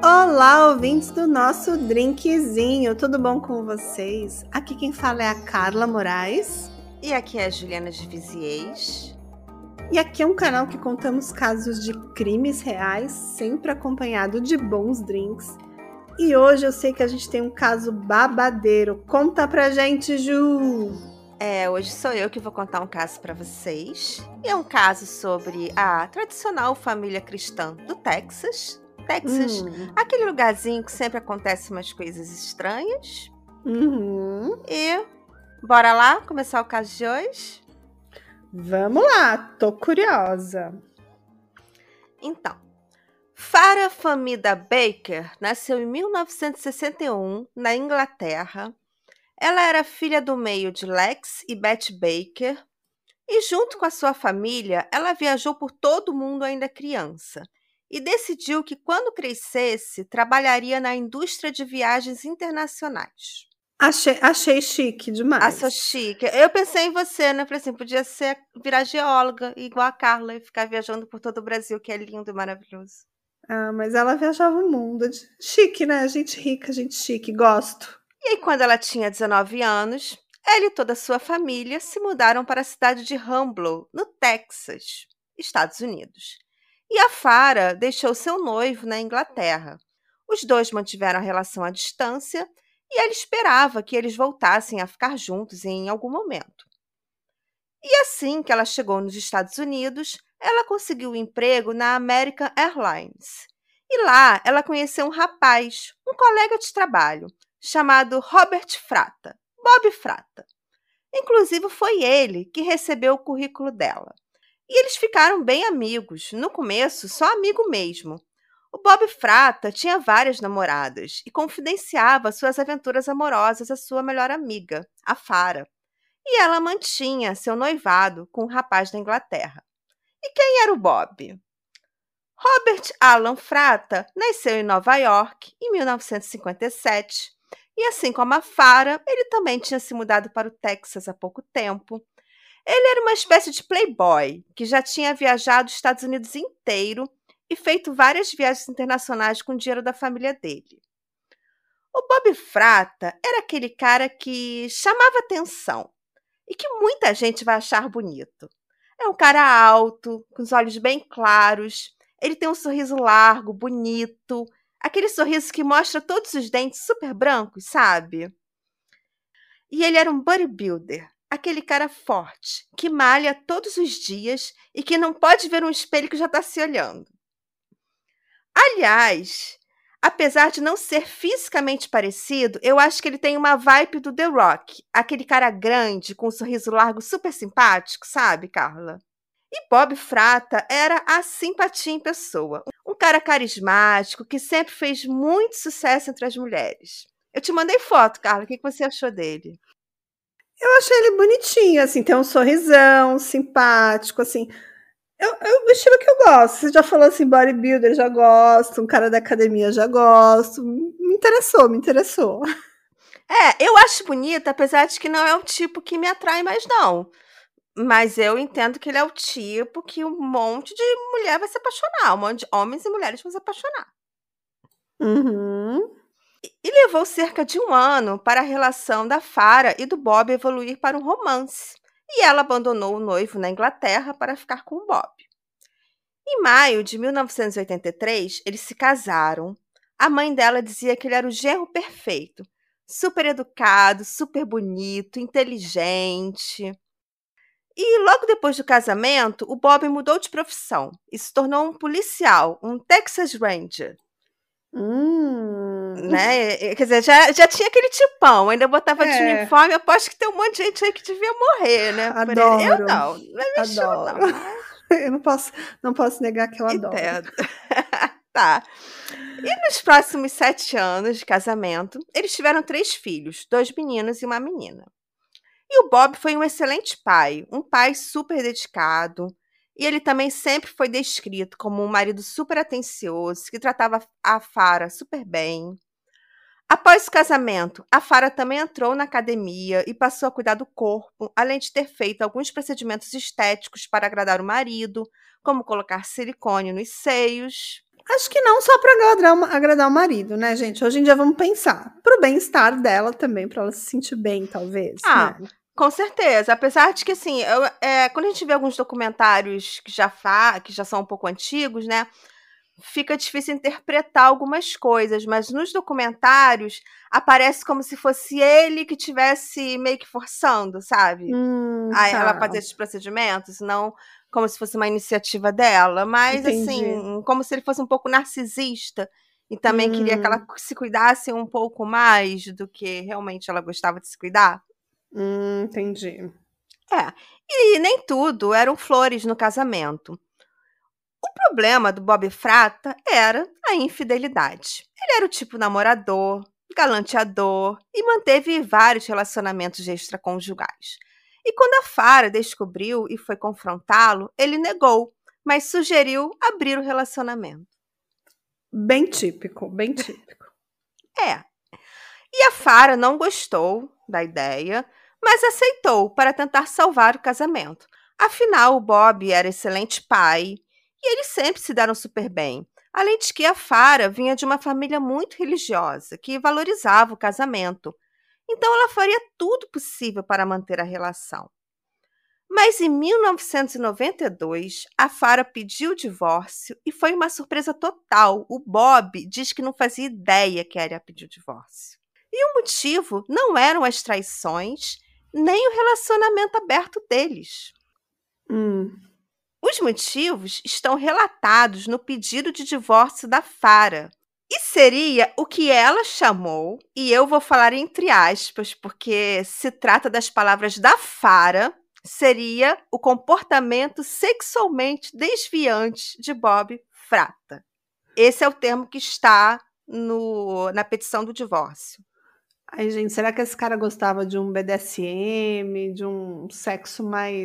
Olá, ouvintes do nosso drinkzinho, tudo bom com vocês? Aqui quem fala é a Carla Moraes. E aqui é a Juliana de Viziers. E aqui é um canal que contamos casos de crimes reais, sempre acompanhado de bons drinks. E hoje eu sei que a gente tem um caso babadeiro. Conta pra gente, Ju! Hoje sou eu que vou contar um caso para vocês. E é um caso sobre a tradicional família cristã do Texas. Aquele lugarzinho que sempre acontecem umas coisas estranhas. E bora lá começar o caso de hoje? Vamos lá, tô curiosa. Então, Farah Famida Baker nasceu em 1961 na Inglaterra. Ela era filha do meio de Lex e Beth Baker. E junto com a sua família, ela viajou por todo o mundo ainda criança. E decidiu que, quando crescesse, trabalharia na indústria de viagens internacionais. Achei chique demais. Achou chique. Eu pensei em você, né? Falei assim, podia virar geóloga, igual a Carla, e ficar viajando por todo o Brasil, que é lindo e maravilhoso. Ah, mas ela viajava o mundo. Chique, né? Gente rica, gente chique, gosto. E aí, quando ela tinha 19 anos, ela e toda a sua família se mudaram para a cidade de Humble, no Texas, Estados Unidos. E a Farah deixou seu noivo na Inglaterra. Os dois mantiveram a relação à distância e ela esperava que eles voltassem a ficar juntos em algum momento. E assim que ela chegou nos Estados Unidos, ela conseguiu um emprego na American Airlines. E lá ela conheceu um rapaz, um colega de trabalho, chamado Robert Frata, Bob Frata. Inclusive foi ele que recebeu o currículo dela. E eles ficaram bem amigos, no começo só amigo mesmo. O Bob Frata tinha várias namoradas e confidenciava suas aventuras amorosas à sua melhor amiga, a Farah. E ela mantinha seu noivado com um rapaz da Inglaterra. E quem era o Bob? Robert Alan Frata nasceu em Nova York em 1957 e, assim como a Farah, ele também tinha se mudado para o Texas há pouco tempo. Ele era uma espécie de playboy que já tinha viajado os Estados Unidos inteiro e feito várias viagens internacionais com o dinheiro da família dele. O Bob Frata era aquele cara que chamava atenção e que muita gente vai achar bonito. É um cara alto, com os olhos bem claros. Ele tem um sorriso largo, bonito. Aquele sorriso que mostra todos os dentes super brancos, sabe? E ele era um bodybuilder. Aquele cara forte, que malha todos os dias e que não pode ver um espelho que já está se olhando. Aliás, apesar de não ser fisicamente parecido, eu acho que ele tem uma vibe do The Rock. Aquele cara grande, com um sorriso largo, super simpático, sabe, Carla? E Bob Frata era a simpatia em pessoa. Um cara carismático que sempre fez muito sucesso entre as mulheres. Eu te mandei foto, Carla. O que você achou dele? Eu achei ele bonitinho, assim, tem um sorrisão, simpático, assim. O estilo que eu gosto. Você já falou assim, bodybuilder, já gosto. Um cara da academia, já gosto. Me interessou. Eu acho bonito, apesar de que não é o tipo que me atrai mais, não. Mas eu entendo que ele é o tipo que um monte de mulher vai se apaixonar. Um monte de homens e mulheres vão se apaixonar. Uhum. E levou cerca de 1 ano para a relação da Farah e do Bob evoluir para um romance. E ela abandonou o noivo na Inglaterra para ficar com o Bob. Em maio de 1983, eles se casaram. A mãe dela dizia que ele era o genro perfeito. Super educado, super bonito, inteligente. E logo depois do casamento, o Bob mudou de profissão e se tornou um policial, um Texas Ranger. Né? Quer dizer, já tinha aquele tipão, ainda botava de uniforme. Aposto que tem um monte de gente aí que devia morrer, né? Adoro. Eu não me mexeu, adoro. não. Eu não posso negar que eu adoro. Tá. E nos próximos 7 anos de casamento, eles tiveram 3 filhos, 2 meninos e uma menina. E o Bob foi um excelente pai, um pai super dedicado. E ele também sempre foi descrito como um marido super atencioso, que tratava a Farah super bem. Após o casamento, a Farah também entrou na academia e passou a cuidar do corpo, além de ter feito alguns procedimentos estéticos para agradar o marido, como colocar silicone nos seios. Acho que não só para agradar o marido, né, gente? Hoje em dia vamos pensar pro bem-estar dela também, para ela se sentir bem, talvez, Ah, né? com certeza. Apesar de que, assim, quando a gente vê alguns documentários que já são um pouco antigos, né? Fica difícil interpretar algumas coisas, mas nos documentários aparece como se fosse ele que tivesse meio que forçando, sabe? Ela Tá. fazer esses procedimentos, não como se fosse uma iniciativa dela, mas Entendi. assim, como se ele fosse um pouco narcisista e também queria que ela Hum, se cuidasse um pouco mais do que realmente ela gostava de se cuidar. entendi. É. E nem tudo eram flores no casamento. O problema do Bob Frata era a infidelidade. Ele era o tipo namorador, galanteador e manteve vários relacionamentos extraconjugais. E quando a Farah descobriu e foi confrontá-lo, ele negou, mas sugeriu abrir o relacionamento. Bem típico, bem típico. É. E a Farah não gostou da ideia, mas aceitou para tentar salvar o casamento. Afinal, o Bob era excelente pai e eles sempre se deram super bem. Além de que a Farah vinha de uma família muito religiosa, que valorizava o casamento. Então ela faria tudo possível para manter a relação. Mas em 1992, a Farah pediu o divórcio e foi uma surpresa total. O Bob diz que não fazia ideia que ela ia pedir o divórcio. E o motivo não eram as traições, nem o relacionamento aberto deles. Hum, Os motivos estão relatados no pedido de divórcio da Farah. E seria o que ela chamou, e eu vou falar entre aspas, porque se trata das palavras da Farah, seria o comportamento sexualmente desviante de Bob Frata. Esse é o termo que está na petição do divórcio. Ai, gente, será que esse cara gostava de um BDSM, de um sexo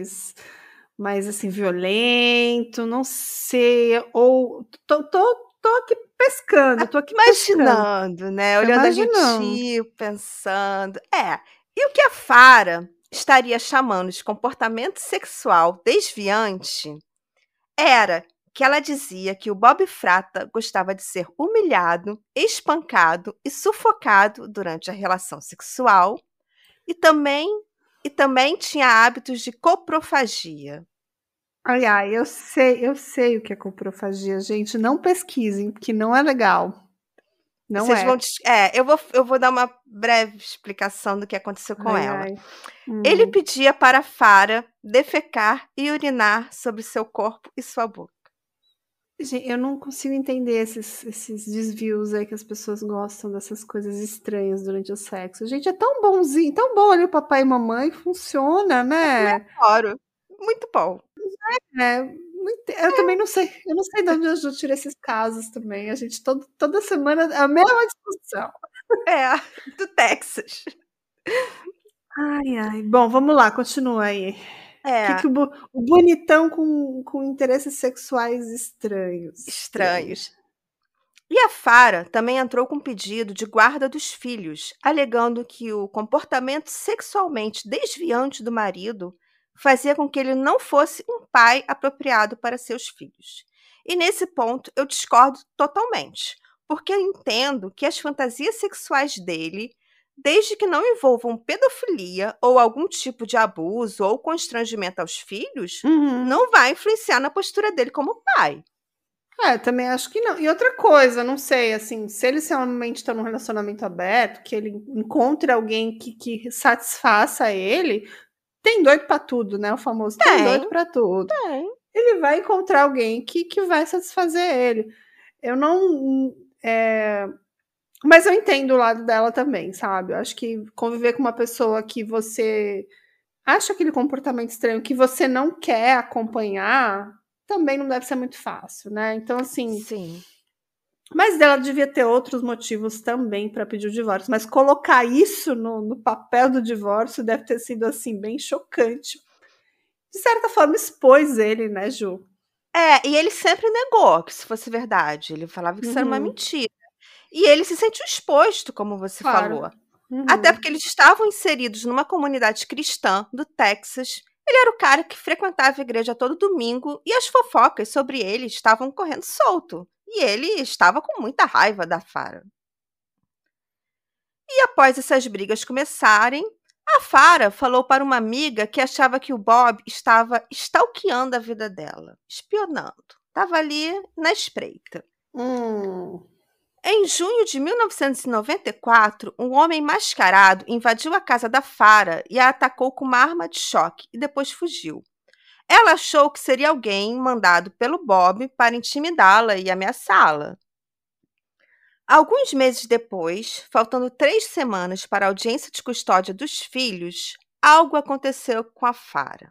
mais assim, violento? Não sei. Ou tô aqui pescando, tô aqui pescando. Imaginando, né, Tô olhando a imaginando. Juti, pensando. E o que a Farah estaria chamando de comportamento sexual desviante era que ela dizia que o Bob Frata gostava de ser humilhado, espancado e sufocado durante a relação sexual e também tinha hábitos de coprofagia. Ai, ai, eu sei o que é coprofagia, gente. Não pesquisem, porque não é legal. Não Vocês vão é. des eu vou dar uma breve explicação do que aconteceu com Ai, ela. ai. Ele Hum. pedia para Farah defecar e urinar sobre seu corpo e sua boca. Eu não consigo entender esses desvios aí que as pessoas gostam dessas coisas estranhas durante o sexo. Gente, é tão bonzinho, tão bom ali o papai e mamãe, funciona, né? Adoro, muito bom. É, eu também não sei, eu não sei de onde eu tiro esses casos também. A gente toda semana é a mesma discussão. É, do Texas. Ai, ai. Bom, vamos lá, continua aí. Que É, o bonitão com interesses sexuais estranhos, estranhos. estranhos. E a Farah também entrou com pedido de guarda dos filhos, alegando que o comportamento sexualmente desviante do marido fazia com que ele não fosse um pai apropriado para seus filhos. E nesse ponto eu discordo totalmente, porque eu entendo que as fantasias sexuais dele, desde que não envolvam pedofilia ou algum tipo de abuso ou constrangimento aos filhos, Uhum. não vai influenciar na postura dele como pai. É, também acho que não. E outra coisa, não sei, assim, se ele realmente está num relacionamento aberto, que ele encontre alguém que satisfaça ele, tem doido para tudo, né? O famoso tem doido Tem, para tudo. tem. Ele vai encontrar alguém que vai satisfazer ele. Eu não. Mas eu entendo o lado dela também, sabe? Eu acho que conviver com uma pessoa que você acha aquele comportamento estranho que você não quer acompanhar também não deve ser muito fácil, né? Então, assim, Sim. mas ela devia ter outros motivos também para pedir o divórcio, mas colocar isso no papel do divórcio deve ter sido, assim, bem chocante. De certa forma, expôs ele, né, Ju? E ele sempre negou que isso fosse verdade. Ele falava que isso era uma Uhum, mentira. E ele se sentiu exposto, como você claro. falou. Até Uhum. porque eles estavam inseridos numa comunidade cristã do Texas. Ele era o cara que frequentava a igreja todo domingo e as fofocas sobre ele estavam correndo solto. E e ele estava com muita raiva da Farah. E após essas brigas começarem, a Farah falou para uma amiga que achava que o Bob estava stalkeando a vida dela, espionando. Estava ali na espreita. Em junho de 1994, um homem mascarado invadiu a casa da Farah e a atacou com uma arma de choque e depois fugiu. Ela achou que seria alguém mandado pelo Bob para intimidá-la e ameaçá-la. Alguns meses depois, faltando 3 semanas para a audiência de custódia dos filhos, algo aconteceu com a Farah.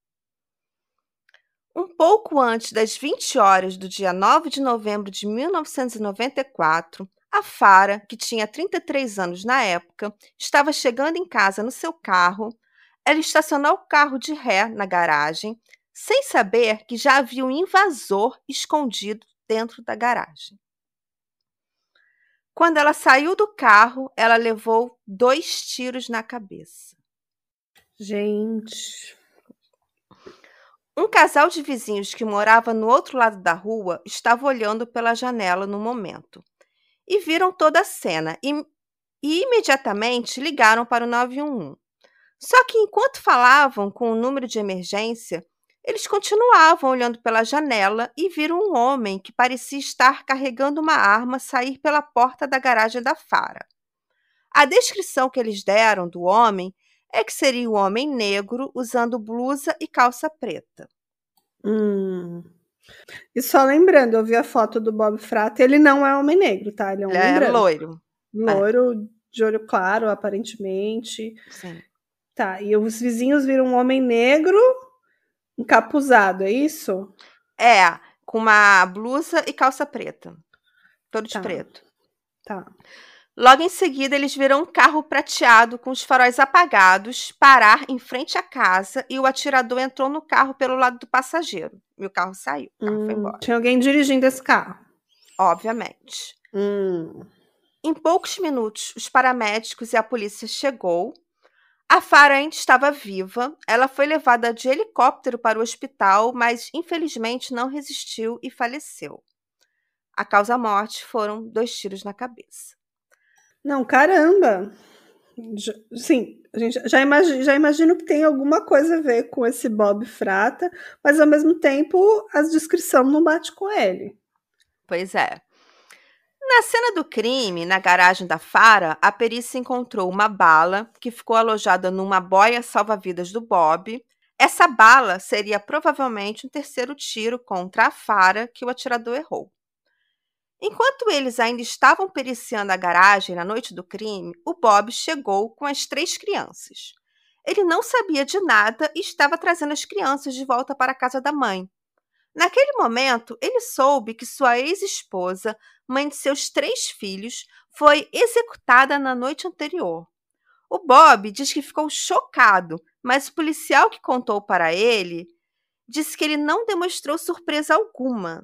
Um pouco antes das 20 horas do dia 9 de novembro de 1994, a Farah, que tinha 33 anos na época, estava chegando em casa no seu carro. Ela estacionou o carro de ré na garagem, sem saber que já havia um invasor escondido dentro da garagem. Quando ela saiu do carro, ela levou 2 tiros na cabeça. Gente. Um casal de vizinhos que morava no outro lado da rua estava olhando pela janela no momento e viram toda a cena e imediatamente ligaram para o 911. Só que enquanto falavam com o número de emergência, eles continuavam olhando pela janela e viram um homem que parecia estar carregando uma arma sair pela porta da garagem da Farah. A descrição que eles deram do homem é que seria um homem negro usando blusa e calça preta. E só lembrando, eu vi a foto do Bob Fratta, ele não é homem negro, tá? Ele é um homem branco. Loiro. Loiro, de olho claro, aparentemente. Sim. Tá, e os vizinhos viram um homem negro encapuzado, é isso? É, com uma blusa e calça preta. Todo de preto. Tá. Logo em seguida, eles viram um carro prateado com os faróis apagados parar em frente à casa e o atirador entrou no carro pelo lado do passageiro. E o carro saiu, o carro foi embora. Tinha alguém dirigindo esse carro? Obviamente. Em poucos minutos, os paramédicos e a polícia chegou. A Farah ainda estava viva. Ela foi levada de helicóptero para o hospital, mas infelizmente não resistiu e faleceu. A causa-morte foram 2 tiros na cabeça. Não, caramba! Sim, a gente já imagino que tem alguma coisa a ver com esse Bob Fratta, mas ao mesmo tempo a descrição não bate com ele. Pois é. Na cena do crime, na garagem da Farah, a perícia encontrou uma bala que ficou alojada numa boia salva-vidas do Bob. Essa bala seria provavelmente um 3º tiro contra a Farah que o atirador errou. Enquanto eles ainda estavam periciando a garagem na noite do crime, o Bob chegou com as 3 crianças. Ele não sabia de nada e estava trazendo as crianças de volta para a casa da mãe. Naquele momento, ele soube que sua ex-esposa, mãe de seus 3 filhos, foi executada na noite anterior. O Bob diz que ficou chocado, mas o policial que contou para ele disse que ele não demonstrou surpresa alguma.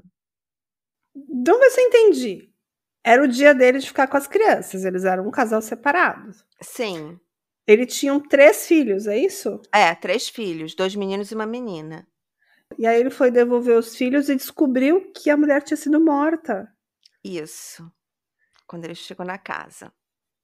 Então, ver se eu entendi. Era o dia dele de ficar com as crianças. Eles eram um casal separado. Sim. Eles tinham 3 filhos, é isso? 3 filhos, 2 meninos e uma menina. E aí ele foi devolver os filhos e descobriu que a mulher tinha sido morta. Isso. Quando ele chegou na casa.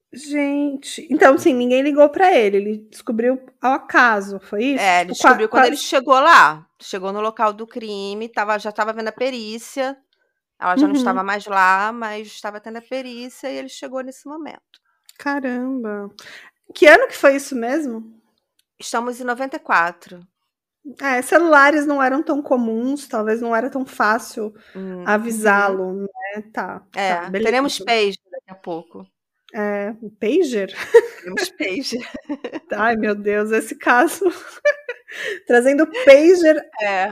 Gente, então sim, ninguém ligou pra ele. Ele descobriu ao acaso, foi isso? Ele descobriu quando ele chegou lá. Chegou no local do crime, já estava vendo a perícia. Ela já não estava mais lá, mas estava tendo a perícia e ele chegou nesse momento. Caramba. Que ano que foi isso mesmo? Estamos em 94. Celulares não eram tão comuns, talvez não era tão fácil avisá-lo, né? Tá, teremos pager daqui a pouco. Pager? Teremos pager. Ai, meu Deus, esse caso. Trazendo pager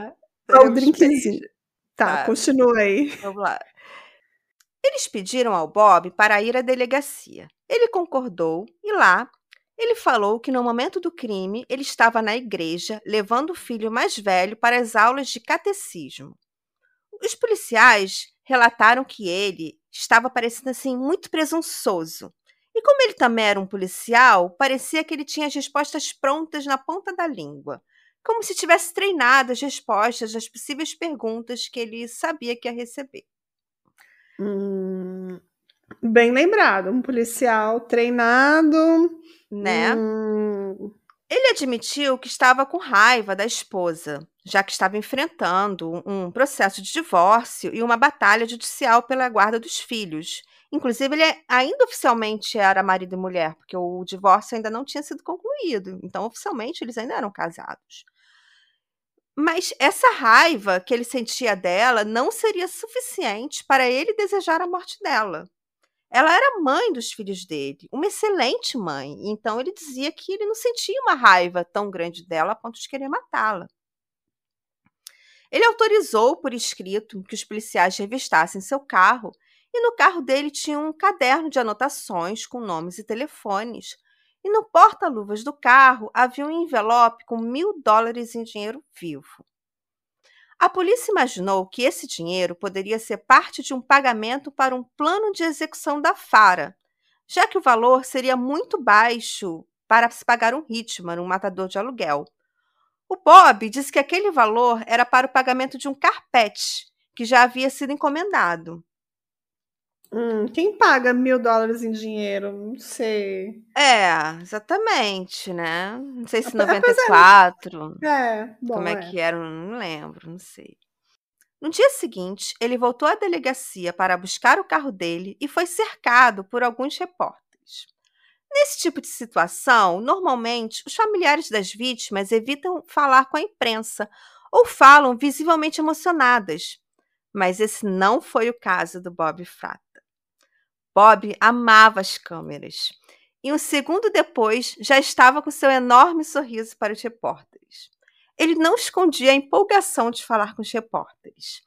ao drinkzinho. Tá, continua aí. Vamos lá. Eles pediram ao Bob para ir à delegacia. Ele concordou e lá ele falou que no momento do crime ele estava na igreja levando o filho mais velho para as aulas de catecismo. Os policiais relataram que ele estava parecendo assim muito presunçoso. E como ele também era um policial, parecia que ele tinha as respostas prontas na ponta da língua, como se tivesse treinado as respostas às possíveis perguntas que ele sabia que ia receber. Bem lembrado, um policial treinado. Né? Ele admitiu que estava com raiva da esposa, já que estava enfrentando um processo de divórcio e uma batalha judicial pela guarda dos filhos. Inclusive, ele ainda oficialmente era marido e mulher, porque o divórcio ainda não tinha sido concluído. Então, oficialmente, eles ainda eram casados. Mas essa raiva que ele sentia dela não seria suficiente para ele desejar a morte dela. Ela era mãe dos filhos dele, uma excelente mãe. Então ele dizia que ele não sentia uma raiva tão grande dela a ponto de querer matá-la. Ele autorizou por escrito que os policiais revistassem seu carro, e no carro dele tinha um caderno de anotações com nomes e telefones. E no porta-luvas do carro havia um envelope com $1.000 em dinheiro vivo. A polícia imaginou que esse dinheiro poderia ser parte de um pagamento para um plano de execução da Farah, já que o valor seria muito baixo para se pagar um hitman, um matador de aluguel. O Bob disse que aquele valor era para o pagamento de um carpete, que já havia sido encomendado. Quem paga $1.000 em dinheiro? Não sei. Exatamente, né? Não sei se 94. Bom, como é que era, não lembro, não sei. No dia seguinte, ele voltou à delegacia para buscar o carro dele e foi cercado por alguns repórteres. Nesse tipo de situação, normalmente, os familiares das vítimas evitam falar com a imprensa ou falam visivelmente emocionadas. Mas esse não foi o caso do Bob Frata. Bob amava as câmeras. E um segundo depois, já estava com seu enorme sorriso para os repórteres. Ele não escondia a empolgação de falar com os repórteres.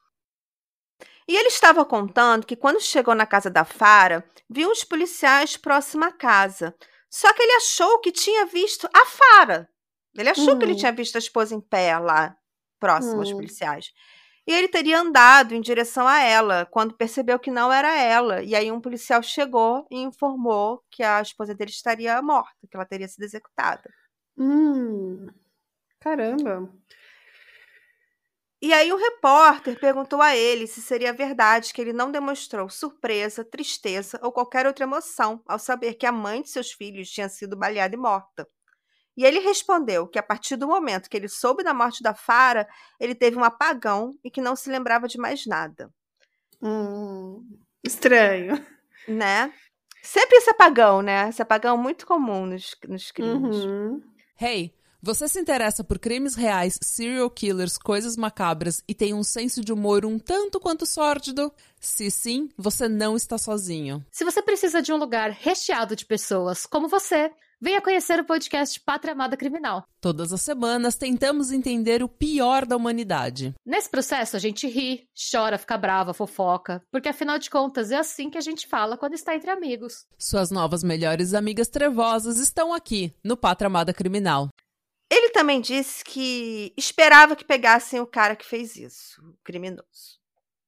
E ele estava contando que quando chegou na casa da Farah, viu uns policiais próximo à casa. Só que ele achou que tinha visto a Farah. Ele achou que ele tinha visto a esposa em pé lá, próximo aos policiais. E ele teria andado em direção a ela, quando percebeu que não era ela. E aí um policial chegou e informou que a esposa dele estaria morta, que ela teria sido executada. Caramba! E aí o repórter perguntou a ele se seria verdade que ele não demonstrou surpresa, tristeza ou qualquer outra emoção ao saber que a mãe de seus filhos tinha sido baleada e morta. E ele respondeu que a partir do momento que ele soube da morte da Farah, ele teve um apagão e que não se lembrava de mais nada. Estranho. Né? Sempre esse apagão, né? Esse apagão muito comum nos crimes. Hey, você se interessa por crimes reais, serial killers, coisas macabras e tem um senso de humor um tanto quanto sórdido? Se sim, você não está sozinho. Se você precisa de um lugar recheado de pessoas como você, venha conhecer o podcast Pátria Amada Criminal. Todas as semanas tentamos entender o pior da humanidade. Nesse processo a gente ri, chora, fica brava, fofoca, porque afinal de contas é assim que a gente fala quando está entre amigos. Suas novas melhores amigas trevosas estão aqui, no Pátria Amada Criminal. Ele também disse que esperava que pegassem o cara que fez isso, o criminoso.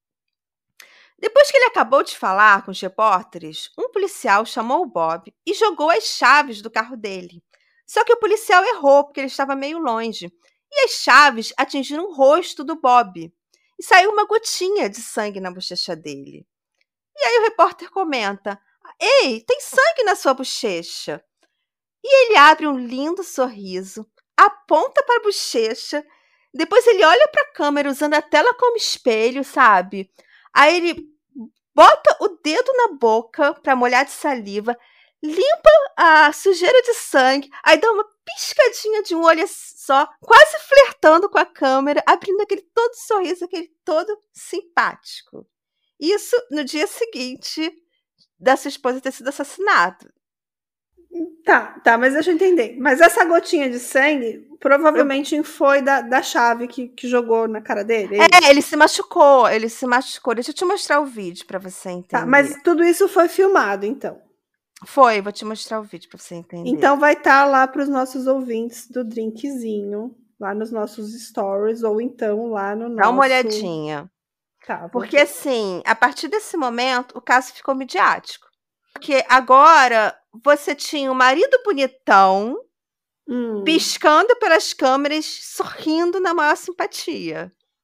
Depois que ele acabou de falar com os repórteres, um policial chamou o Bob e jogou as chaves do carro dele. Só que o policial errou, porque ele estava meio longe. E as chaves atingiram o rosto do Bob. E saiu uma gotinha de sangue na bochecha dele. E aí o repórter comenta: "Ei, tem sangue na sua bochecha." E ele abre um lindo sorriso, aponta para a bochecha, depois ele olha para a câmera usando a tela como espelho, sabe? Aí ele bota o dedo na boca para molhar de saliva, limpa a sujeira de sangue, aí dá uma piscadinha de um olho só, quase flertando com a câmera, abrindo aquele todo sorriso, aquele todo simpático. Isso no dia seguinte da sua esposa ter sido assassinada. Tá, mas deixa eu entender. Mas essa gotinha de sangue provavelmente foi da chave que jogou na cara dele? Ele se machucou, Deixa eu te mostrar o vídeo pra você entender. Tá, mas tudo isso foi filmado, então? Foi, vou te mostrar o vídeo pra você entender. Então vai estar lá para os nossos ouvintes do Drinkzinho, lá nos nossos stories, ou então lá no nosso... Dá uma olhadinha. Tá, porque assim, a partir desse momento, o caso ficou midiático. Porque agora você tinha o marido bonitão piscando pelas câmeras, sorrindo na maior simpatia.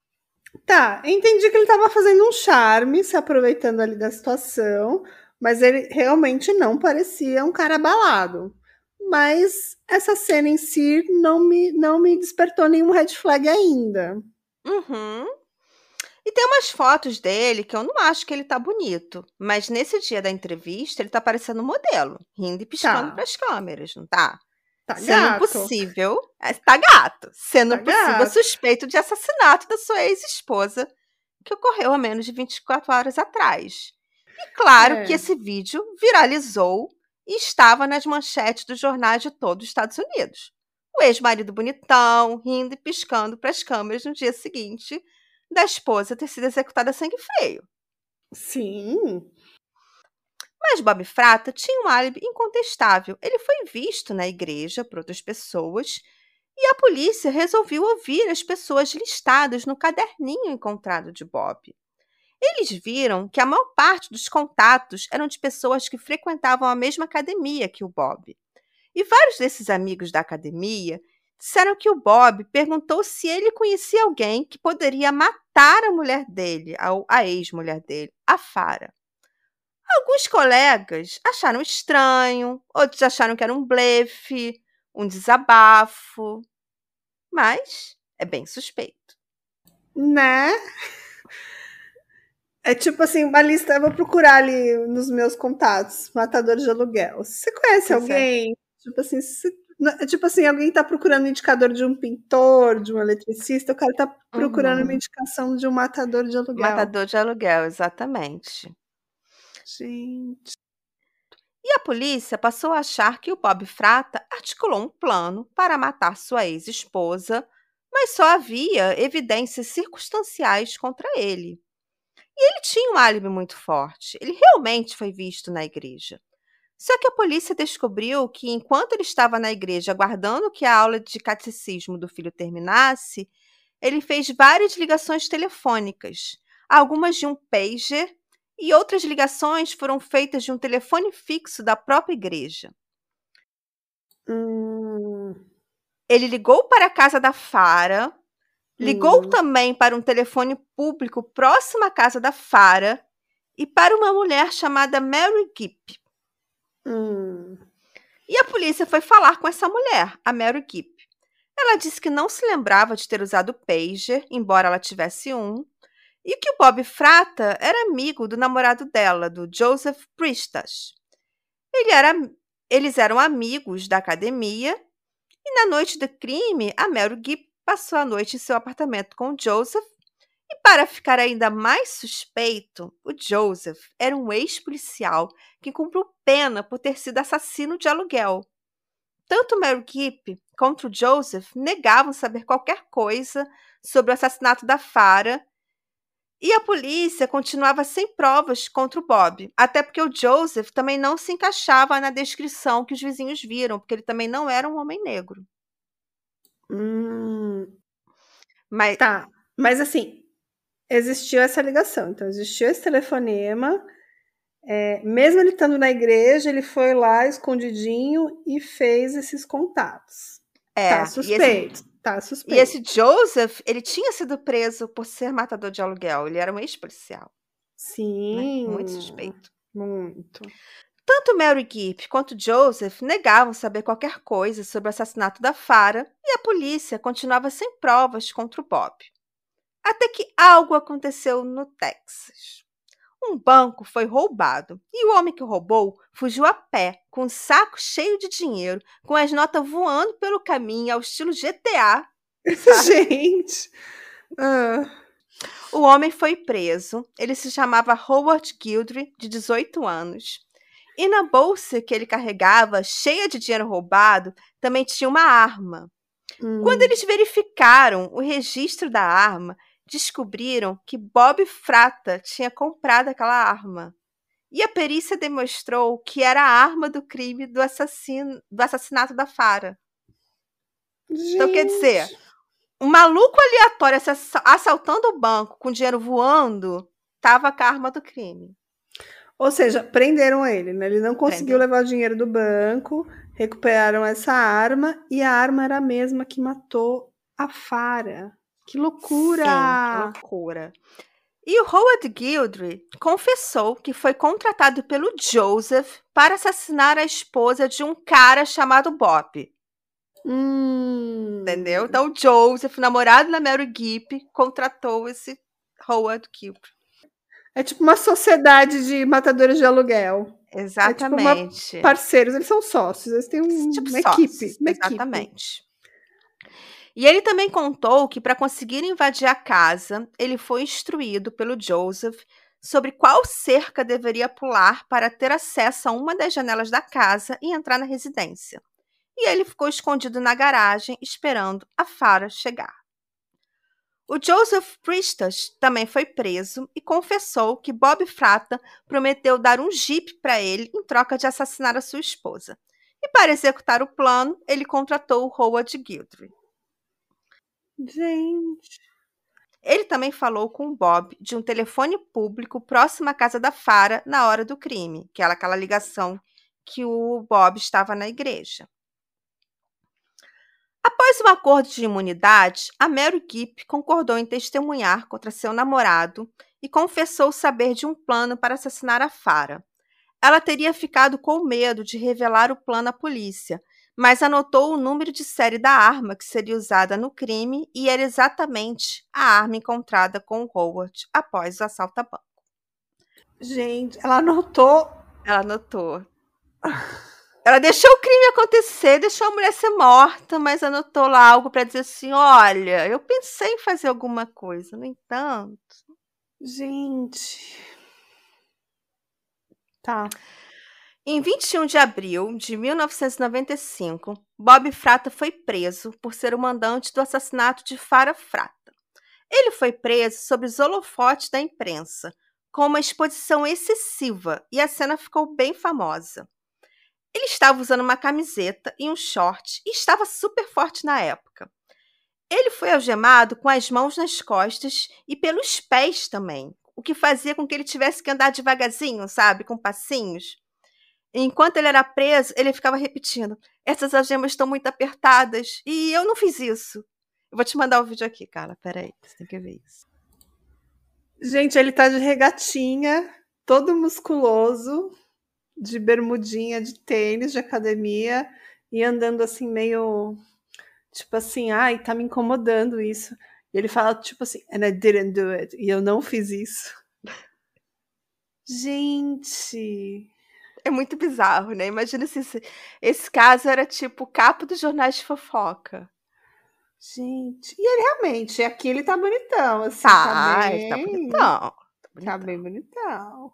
Tá, entendi que ele estava fazendo um charme, se aproveitando ali da situação, mas ele realmente não parecia um cara abalado. Mas essa cena em si não me despertou nenhum red flag ainda. Uhum. E tem umas fotos dele que eu não acho que ele tá bonito, mas nesse dia da entrevista ele tá parecendo modelo, rindo e piscando Tá, para as câmeras, não tá? tá Sendo gato, possível, tá gato, tá sendo possível gato. suspeito de assassinato da sua ex-esposa, que ocorreu há menos de 24 horas atrás. E claro que É, esse vídeo viralizou e estava nas manchetes dos jornais de todo os Estados Unidos. O ex-marido bonitão, rindo e piscando para as câmeras no dia seguinte da esposa ter sido executada a sangue frio. sim. Mas Bob Frata tinha um álibi incontestável. Ele foi visto na igreja por outras pessoas e a polícia resolveu ouvir as pessoas listadas no caderninho encontrado de Bob. Eles viram que a maior parte dos contatos eram de pessoas que frequentavam a mesma academia que o Bob. E vários desses amigos da academia disseram que o Bob perguntou se ele conhecia alguém que poderia matar a mulher dele, a ex-mulher dele, a Farah. Alguns colegas acharam estranho, outros acharam que era um blefe, um desabafo, mas é bem suspeito. Né? É tipo assim, uma lista, eu vou procurar ali nos meus contatos, matador de aluguel. Você conhece Pois é. alguém? Tipo assim, é tipo assim, alguém tá procurando um indicador de um pintor, de um eletricista, o cara tá procurando uma Uhum. indicação de um matador de aluguel. Matador de aluguel, exatamente. Gente. E a polícia passou a achar que o Bob Frata articulou um plano para matar sua ex-esposa, mas só havia evidências circunstanciais contra ele. E ele tinha um álibi muito forte. Ele realmente foi visto na igreja. Só que a polícia descobriu que, enquanto ele estava na igreja aguardando que a aula de catecismo do filho terminasse, ele fez várias ligações telefônicas, algumas de um pager e outras ligações foram feitas de um telefone fixo da própria igreja. Hum, Ele ligou para a casa da Farah, ligou hum, também para um telefone público próximo à casa da Farah e para uma mulher chamada Mary Gipp. hum. E a polícia foi falar com essa mulher, a Mary Gipp. Ela disse que não se lembrava de ter usado o pager, embora ela tivesse um, e que o Bob Frata era amigo do namorado dela, do Joseph Pristash. Eles eram amigos da academia e na noite do crime, a Mary Gibb passou a noite em seu apartamento com o Joseph e para ficar ainda mais suspeito, o Joseph era um ex-policial que cumpriu pena por ter sido assassino de aluguel. Tanto Mary Gibb quanto o Joseph negavam saber qualquer coisa sobre o assassinato da Farah e a polícia continuava sem provas contra o Bob, até porque o Joseph também não se encaixava na descrição que os vizinhos viram, porque ele também não era um homem negro. Hum. Mas Tá, mas assim, existiu essa ligação, então existiu esse telefonema. Mesmo ele estando na igreja, ele foi lá escondidinho e fez esses contatos. Tá é, e esse suspeito, tá E esse suspeito. Joseph, ele tinha sido preso por ser matador de aluguel. Ele era um ex-policial, né? Muito Sim, suspeito. muito. Tanto Mary Gibb quanto Joseph negavam saber qualquer coisa sobre o assassinato da Farah e a polícia continuava sem provas contra o Bob. Até que algo aconteceu no Texas. Um banco foi roubado e o homem que roubou fugiu a pé, com um saco cheio de dinheiro, com as notas voando pelo caminho ao estilo GTA, sabe? Gente, ah, O homem foi preso. Ele se chamava Howard Guidry, de 18 anos. E na bolsa que ele carregava, cheia de dinheiro roubado, também tinha uma arma. Quando hum, eles verificaram o registro da arma, descobriram que Bob Frata tinha comprado aquela arma. E a perícia demonstrou que era a arma do crime do assassinato da Farah. Então, quer dizer, gente. um maluco aleatório assaltando o banco com dinheiro voando, tava com a arma do crime. Ou seja, prenderam ele, né? Ele não conseguiu Prendeu. levar o dinheiro do banco, recuperaram essa arma e a arma era a mesma que matou a Farah. Que loucura! Sim, que loucura. E o Howard Guillory confessou que foi contratado pelo Joseph para assassinar a esposa de um cara chamado Bob. Entendeu? Então o Joseph, namorado da Mary Gibb, contratou esse Howard Guillory. É tipo uma sociedade de matadores de aluguel. Exatamente. É tipo parceiros, eles são sócios, eles têm uma equipe. Exatamente. E ele também contou que para conseguir invadir a casa, ele foi instruído pelo Joseph sobre qual cerca deveria pular para ter acesso a uma das janelas da casa e entrar na residência. E ele ficou escondido na garagem esperando a Farah chegar. O Joseph Priestas também foi preso e confessou que Bob Fratta prometeu dar um jipe para ele em troca de assassinar a sua esposa. E para executar o plano, ele contratou o Howard Guillory. Gente. Ele também falou com o Bob de um telefone público próximo à casa da Farah na hora do crime, que era aquela ligação que o Bob estava na igreja. Após um acordo de imunidade, a Mary Gibb concordou em testemunhar contra seu namorado e confessou saber de um plano para assassinar a Farah. Ela teria ficado com medo de revelar o plano à polícia, mas anotou o número de série da arma que seria usada no crime e era exatamente a arma encontrada com o Howard após o assalto a banco. Gente, ela anotou. Ela anotou. Ela deixou o crime acontecer, deixou a mulher ser morta, mas anotou lá algo para dizer assim, olha, eu pensei em fazer alguma coisa, no entanto... Gente... Tá. Em 21 de abril de 1995, Bob Fratta foi preso por ser o mandante do assassinato de Farah Fratta. Ele foi preso sob os holofotes da imprensa, com uma exposição excessiva, e a cena ficou bem famosa. Ele estava usando uma camiseta e um short e estava super forte na época. Ele foi algemado com as mãos nas costas e pelos pés também, o que fazia com que ele tivesse que andar devagarzinho, sabe, com passinhos. Enquanto ele era preso, ele ficava repetindo, essas algemas estão muito apertadas e eu não fiz isso. Eu vou te mandar o vídeo aqui, cara, peraí, você tem que ver isso. Gente, ele tá de regatinha, todo musculoso, de bermudinha, de tênis, de academia, e andando assim meio, tipo assim, ai, tá me incomodando isso. E ele fala, tipo assim, and I didn't do it, e eu não fiz isso. Gente... É muito bizarro, né? Imagina se esse caso era tipo capa dos jornais de fofoca. Gente, e ele realmente, aqui ele tá bonitão, assim, Ele tá bonitão. Tá bem bonitão.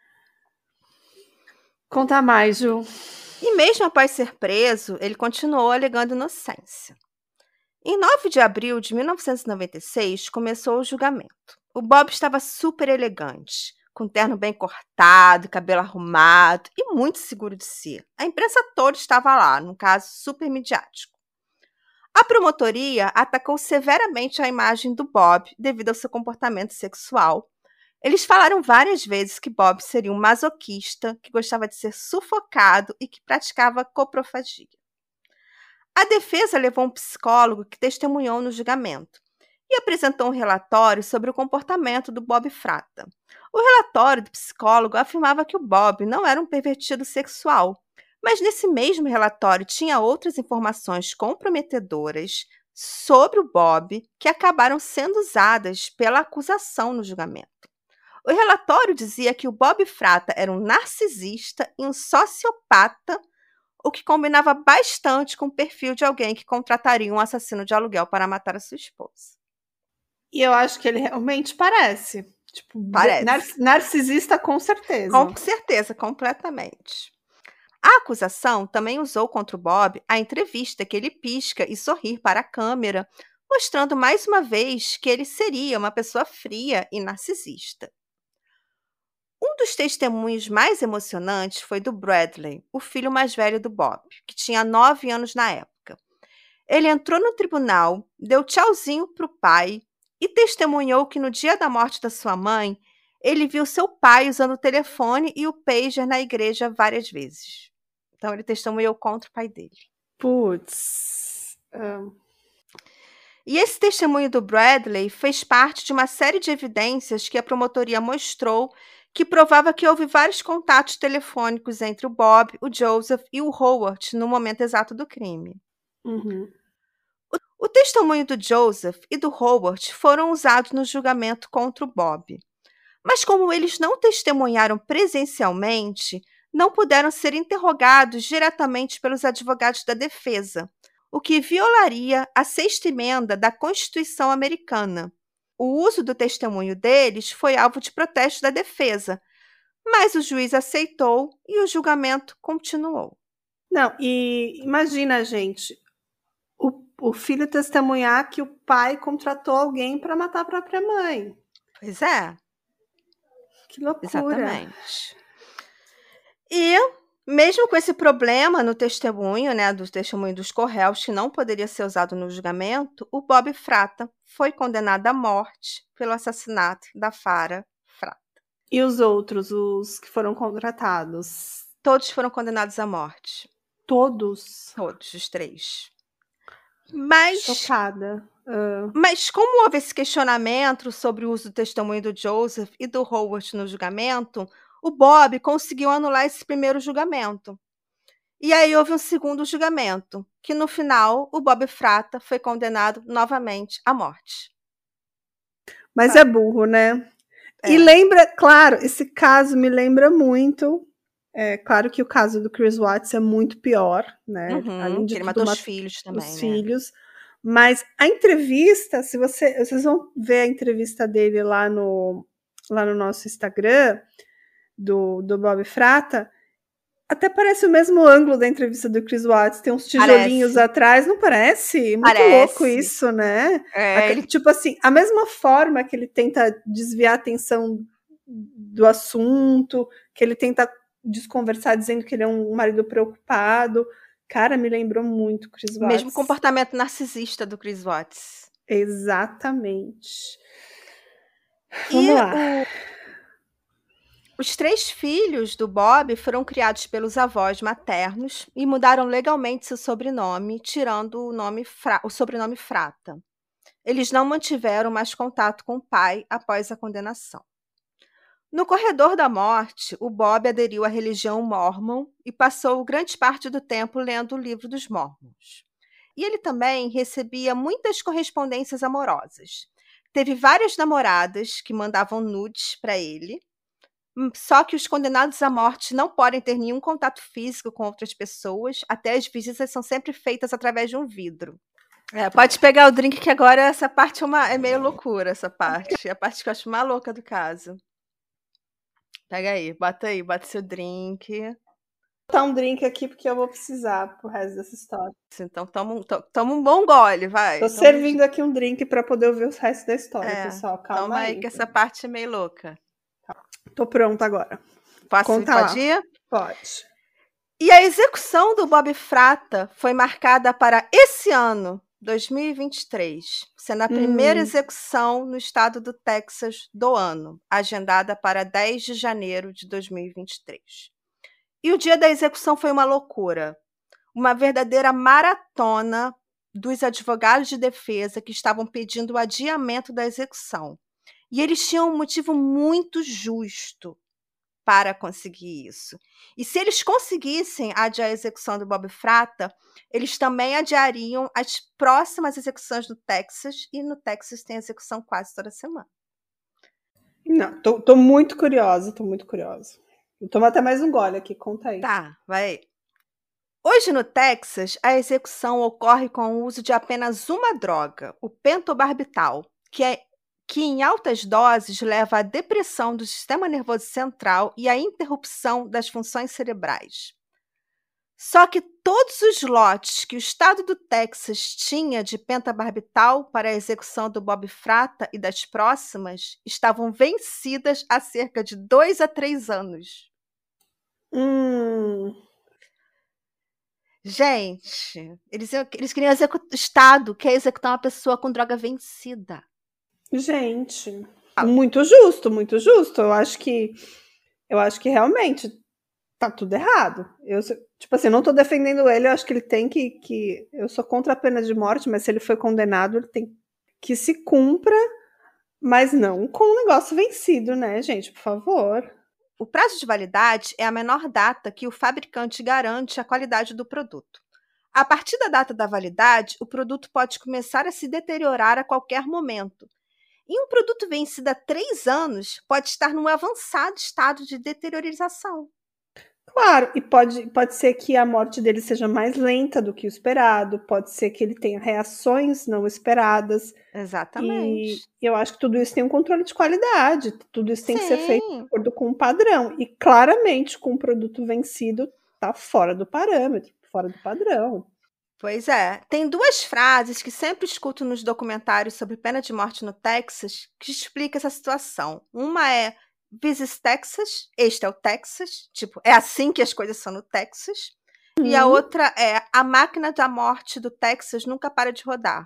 Conta mais, Ju. E mesmo após ser preso, ele continuou alegando inocência. Em 9 de abril de 1996, começou o julgamento. O Bob estava super elegante, com terno bem cortado, cabelo arrumado e muito seguro de si. A imprensa toda estava lá, num caso super midiático. A promotoria atacou severamente a imagem do Bob devido ao seu comportamento sexual. Eles falaram várias vezes que Bob seria um masoquista, que gostava de ser sufocado e que praticava coprofagia. A defesa levou um psicólogo que testemunhou no julgamento e apresentou um relatório sobre o comportamento do Bob Fratta. O relatório do psicólogo afirmava que o Bob não era um pervertido sexual, mas nesse mesmo relatório tinha outras informações comprometedoras sobre o Bob que acabaram sendo usadas pela acusação no julgamento. O relatório dizia que o Bob Fratta era um narcisista e um sociopata, o que combinava bastante com o perfil de alguém que contrataria um assassino de aluguel para matar a sua esposa. E eu acho que ele realmente parece. Tipo, Parece. Narcisista, com certeza. Com certeza, completamente. A acusação também usou contra o Bob a entrevista que ele pisca e sorri para a câmera, mostrando mais uma vez que ele seria uma pessoa fria e narcisista. Um dos testemunhos mais emocionantes foi do Bradley, o filho mais velho do Bob, que tinha 9 anos na época. Ele entrou no tribunal, deu tchauzinho para o pai e testemunhou que no dia da morte da sua mãe, ele viu seu pai usando o telefone e o pager na igreja várias vezes. Então, ele testemunhou contra o pai dele. Putz. E esse testemunho do Bradley fez parte de uma série de evidências que a promotoria mostrou que provava que houve vários contatos telefônicos entre o Bob, o Joseph e o Howard no momento exato do crime. Uhum. O testemunho do Joseph e do Howard foram usados no julgamento contra o Bob. Mas como eles não testemunharam presencialmente, não puderam ser interrogados diretamente pelos advogados da defesa, o que violaria a 6ª emenda da Constituição americana. O uso do testemunho deles foi alvo de protesto da defesa, mas o juiz aceitou e o julgamento continuou. Não, e imagina, gente, o filho testemunhar que o pai contratou alguém para matar a própria mãe. Pois é. Que loucura. Exatamente. E, mesmo com esse problema no testemunho, né, do testemunho dos corréus, que não poderia ser usado no julgamento, o Bob Fratta foi condenado à morte pelo assassinato da Farah Fratta. E os outros, os que foram contratados? Todos foram condenados à morte. Todos? Todos, os 3. Mas, chocada. Mas como houve esse questionamento sobre o uso do testemunho do Joseph e do Howard no julgamento, o Bob conseguiu anular esse primeiro julgamento. E aí houve um segundo julgamento, que no final o Bob Fratta foi condenado novamente à morte. Mas é burro, né? E lembra, claro, esse caso me lembra muito. É claro que o caso do Chris Watts é muito pior, né? Além de ele matou os filhos também, os filhos. Mas a entrevista, se vocês vão ver a entrevista dele lá no nosso Instagram, do Bob Fratta, até parece o mesmo ângulo da entrevista do Chris Watts, tem uns tijolinhos atrás, não parece? Muito louco isso, né? Tipo assim, a mesma forma que ele tenta desviar a atenção do assunto, que ele tenta desconversar dizendo que ele é um marido preocupado. Cara, me lembrou muito Chris Watts. Mesmo comportamento narcisista do Chris Watts. Exatamente. Vamos lá. Os 3 filhos do Bob foram criados pelos avós maternos e mudaram legalmente seu sobrenome, tirando o sobrenome Fratta. Eles não mantiveram mais contato com o pai após a condenação. No corredor da morte, o Bob aderiu à religião Mormon e passou grande parte do tempo lendo o livro dos Mormons. E ele também recebia muitas correspondências amorosas. Teve várias namoradas que mandavam nudes para ele, só que os condenados à morte não podem ter nenhum contato físico com outras pessoas, até as visitas são sempre feitas através de um vidro. Pode pegar o drink, que agora essa parte é meio loucura, essa parte. É a parte que eu acho mais louca do caso. Pega aí, bota seu drink. Vou botar um drink aqui porque eu vou precisar pro resto dessa história. Então toma um bom gole, vai. Tô servindo aqui um drink para poder ouvir o resto da história, pessoal. Calma toma aí, que essa parte é meio louca. Tô pronta agora. Pode ir? Pode. E a execução do Bob Fratta foi marcada para esse ano, 2023, sendo a primeira execução no estado do Texas do ano, agendada para 10 de janeiro de 2023. E o dia da execução foi uma loucura, uma verdadeira maratona dos advogados de defesa que estavam pedindo o adiamento da execução. E eles tinham um motivo muito justo para conseguir isso. E se eles conseguissem adiar a execução do Bob Fratta, eles também adiariam as próximas execuções no Texas, e no Texas tem execução quase toda semana. Não, tô muito curiosa, Vou tomar até mais um gole aqui, conta aí. Tá, vai. Hoje no Texas, a execução ocorre com o uso de apenas uma droga, o pentobarbital, que em altas doses leva à depressão do sistema nervoso central e à interrupção das funções cerebrais. Só que todos os lotes que o estado do Texas tinha de pentobarbital para a execução do Bob Fratta e das próximas estavam vencidas há cerca de 2 a 3 anos. Gente, eles queriam executar. O Estado quer executar uma pessoa com droga vencida. Gente, muito justo. Eu acho que realmente tá tudo errado. Tipo assim, eu não tô defendendo ele, eu acho que ele tem que... Eu sou contra a pena de morte, mas se ele foi condenado, ele tem que se cumpra, mas não com o negócio vencido, né, gente? Por favor. O prazo de validade é a menor data que o fabricante garante a qualidade do produto. A partir da data da validade, o produto pode começar a se deteriorar a qualquer momento. E um produto vencido há 3 anos pode estar num avançado estado de deteriorização. Claro, e pode ser que a morte dele seja mais lenta do que o esperado, pode ser que ele tenha reações não esperadas. Exatamente. E eu acho que tudo isso tem um controle de qualidade, tudo isso tem que ser feito de Sim. acordo com um padrão. E claramente, com o produto vencido, tá fora do parâmetro, fora do padrão. Pois é. Tem 2 frases que sempre escuto nos documentários sobre pena de morte no Texas que explica essa situação. Uma é "This is Texas", este é o Texas, tipo, é assim que as coisas são no Texas. E a outra é "A máquina da morte do Texas nunca para de rodar".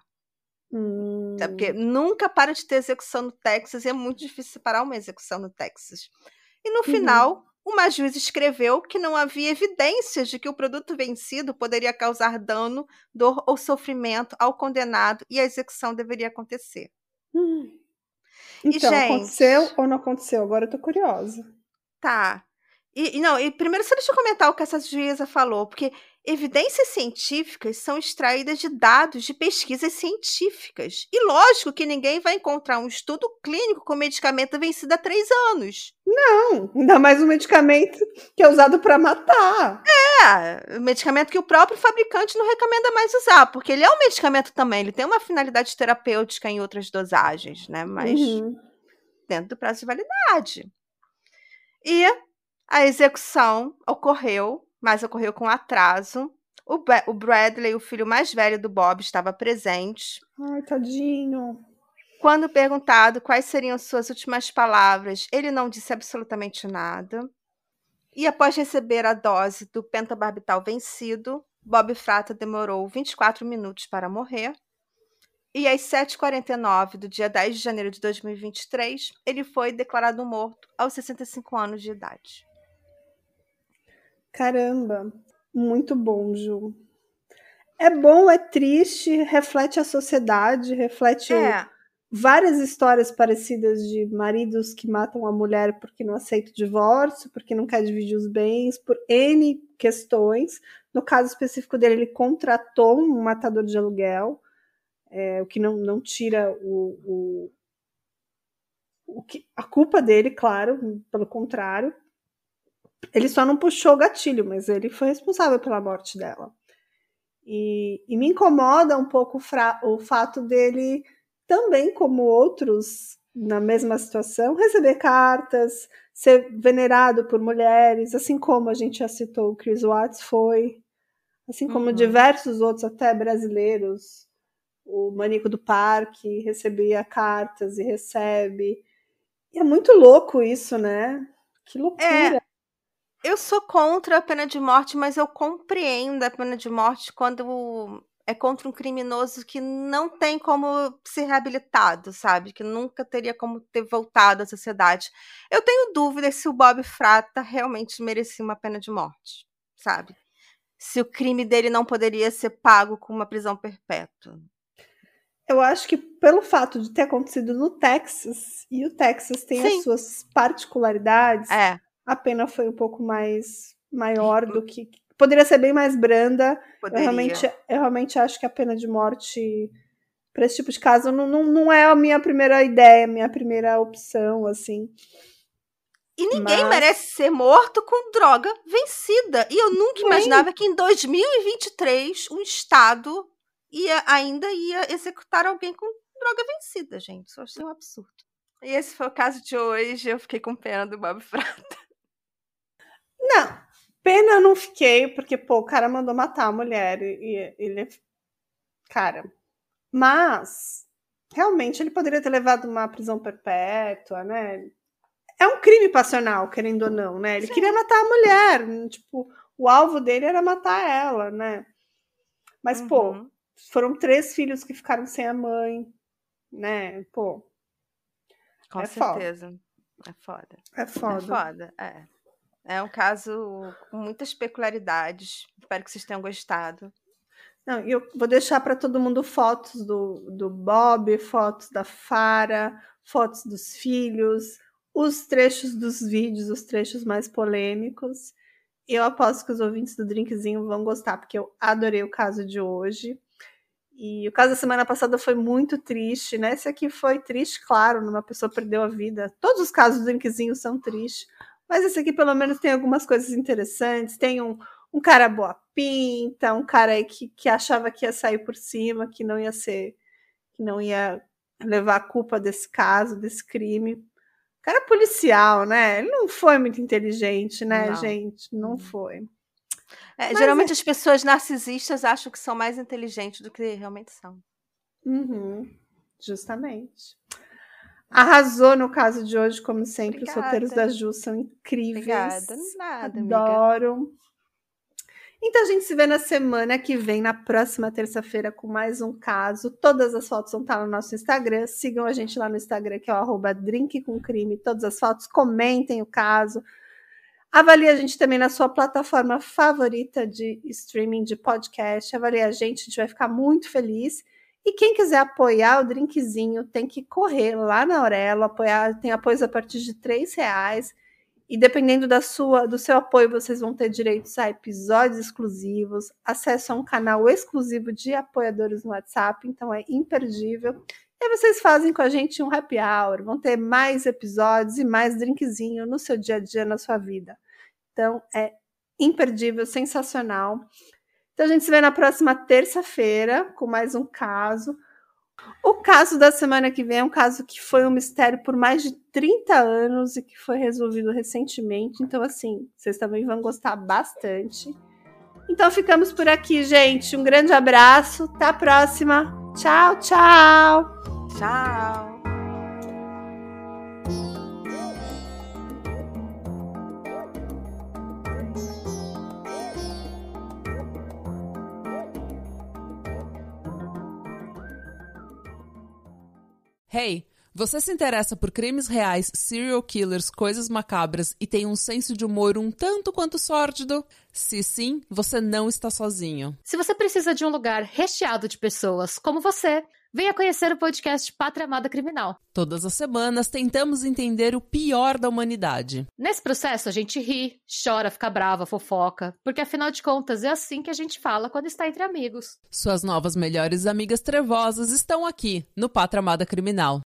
É porque nunca para de ter execução no Texas e é muito difícil separar uma execução no Texas. E no final, uma juíza escreveu que não havia evidências de que o produto vencido poderia causar dano, dor ou sofrimento ao condenado e a execução deveria acontecer. Então, gente, aconteceu ou não aconteceu? Agora eu tô curiosa. Tá. E primeiro só deixa eu comentar o que essa juíza falou, porque evidências científicas são extraídas de dados de pesquisas científicas. E lógico que ninguém vai encontrar um estudo clínico com medicamento vencido há 3 anos. Não, ainda mais um medicamento que é usado para matar. É, medicamento que o próprio fabricante não recomenda mais usar, porque ele é um medicamento também, ele tem uma finalidade terapêutica em outras dosagens, né? Mas dentro do prazo de validade. E a execução ocorreu, mas ocorreu com atraso. O Bradley, o filho mais velho do Bob, estava presente. Ai, tadinho. Quando perguntado quais seriam suas últimas palavras, ele não disse absolutamente nada. E após receber a dose do pentobarbital vencido, Bob Fratta demorou 24 minutos para morrer. E às 7h49 do dia 10 de janeiro de 2023, ele foi declarado morto aos 65 anos de idade. Caramba, muito bom, Ju. É bom, é triste, reflete a sociedade, reflete várias histórias parecidas de maridos que matam a mulher porque não aceita o divórcio, porque não quer dividir os bens, por N questões. No caso específico dele, ele contratou um matador de aluguel, o que não tira a culpa dele, claro, pelo contrário. Ele só não puxou o gatilho, mas ele foi responsável pela morte dela. E me incomoda um pouco o fato dele, também como outros na mesma situação, receber cartas, ser venerado por mulheres, assim como a gente já citou o Chris Watts foi, assim como diversos outros, até brasileiros. O Maníaco do Parque recebia cartas e recebe. E é muito louco isso, né? Que loucura. Eu sou contra a pena de morte, mas eu compreendo a pena de morte quando é contra um criminoso que não tem como ser reabilitado, sabe? Que nunca teria como ter voltado à sociedade. Eu tenho dúvidas se o Bob Fratta realmente merecia uma pena de morte, sabe? Se o crime dele não poderia ser pago com uma prisão perpétua. Eu acho que pelo fato de ter acontecido no Texas, e o Texas tem as suas particularidades, a pena foi um pouco maior do que... Poderia ser bem mais branda. Eu realmente acho que a pena de morte, para esse tipo de caso, não é a minha primeira ideia, a minha primeira opção, assim. E ninguém merece ser morto com droga vencida. E eu nunca imaginava que em 2023 um Estado ainda ia executar alguém com droga vencida, gente. Isso eu achei um absurdo. E esse foi o caso de hoje. Eu fiquei com pena do Bob Fratta. Não, pena eu não fiquei, porque, o cara mandou matar a mulher. E ele... Cara... Mas, realmente, ele poderia ter levado uma prisão perpétua, né? É um crime passional, querendo ou não, né? Ele queria matar a mulher. Tipo, o alvo dele era matar ela, né? Mas, foram 3 filhos que ficaram sem a mãe, né? Com certeza. É foda. É foda, é. É um caso com muitas peculiaridades. Espero que vocês tenham gostado. Não, eu vou deixar para todo mundo fotos do Bob, fotos da Farah, fotos dos filhos, os trechos dos vídeos, os trechos mais polêmicos. Eu aposto que os ouvintes do Drinkzinho vão gostar, porque eu adorei o caso de hoje. E o caso da semana passada foi muito triste, né? Esse aqui foi triste, claro, uma pessoa perdeu a vida. Todos os casos do Drinkzinho são tristes, mas esse aqui pelo menos tem algumas coisas interessantes. Tem um cara boa pinta, um cara aí que achava que ia sair por cima, que não ia levar a culpa desse caso, desse crime. O cara policial, né? Ele não foi muito inteligente, né, Não. gente? Não foi. Geralmente as pessoas narcisistas acham que são mais inteligentes do que realmente são. Justamente. Arrasou no caso de hoje, como sempre. Obrigada. Os roteiros da Ju são incríveis. Obrigada. Nada, amiga. Adoro. Então a gente se vê na semana que vem, na próxima terça-feira, com mais um caso. Todas as fotos vão estar no nosso Instagram. Sigam a gente lá no Instagram, que é o @drinkcomcrime. Todas as fotos, comentem o caso. Avalie a gente também na sua plataforma favorita de streaming de podcast. Avalie a gente vai ficar muito feliz. E quem quiser apoiar o Drinkzinho tem que correr lá na Aurelo, apoiar. Tem apoios a partir de R$3. E dependendo do seu apoio, vocês vão ter direitos a episódios exclusivos, acesso a um canal exclusivo de apoiadores no WhatsApp, então é imperdível. E aí vocês fazem com a gente um happy hour, vão ter mais episódios e mais Drinkzinho no seu dia a dia, na sua vida. Então é imperdível, sensacional. Então a gente se vê na próxima terça-feira com mais um caso. O caso da semana que vem é um caso que foi um mistério por mais de 30 anos e que foi resolvido recentemente. Então, assim, vocês também vão gostar bastante. Então, ficamos por aqui, gente. Um grande abraço. Até a próxima. Tchau, tchau. Tchau. Hey, você se interessa por crimes reais, serial killers, coisas macabras e tem um senso de humor um tanto quanto sórdido? Se sim, você não está sozinho. Se você precisa de um lugar recheado de pessoas como você, venha conhecer o podcast Pátria Amada Criminal. Todas as semanas tentamos entender o pior da humanidade. Nesse processo a gente ri, chora, fica brava, fofoca, porque afinal de contas é assim que a gente fala quando está entre amigos. Suas novas melhores amigas trevosas estão aqui no Pátria Amada Criminal.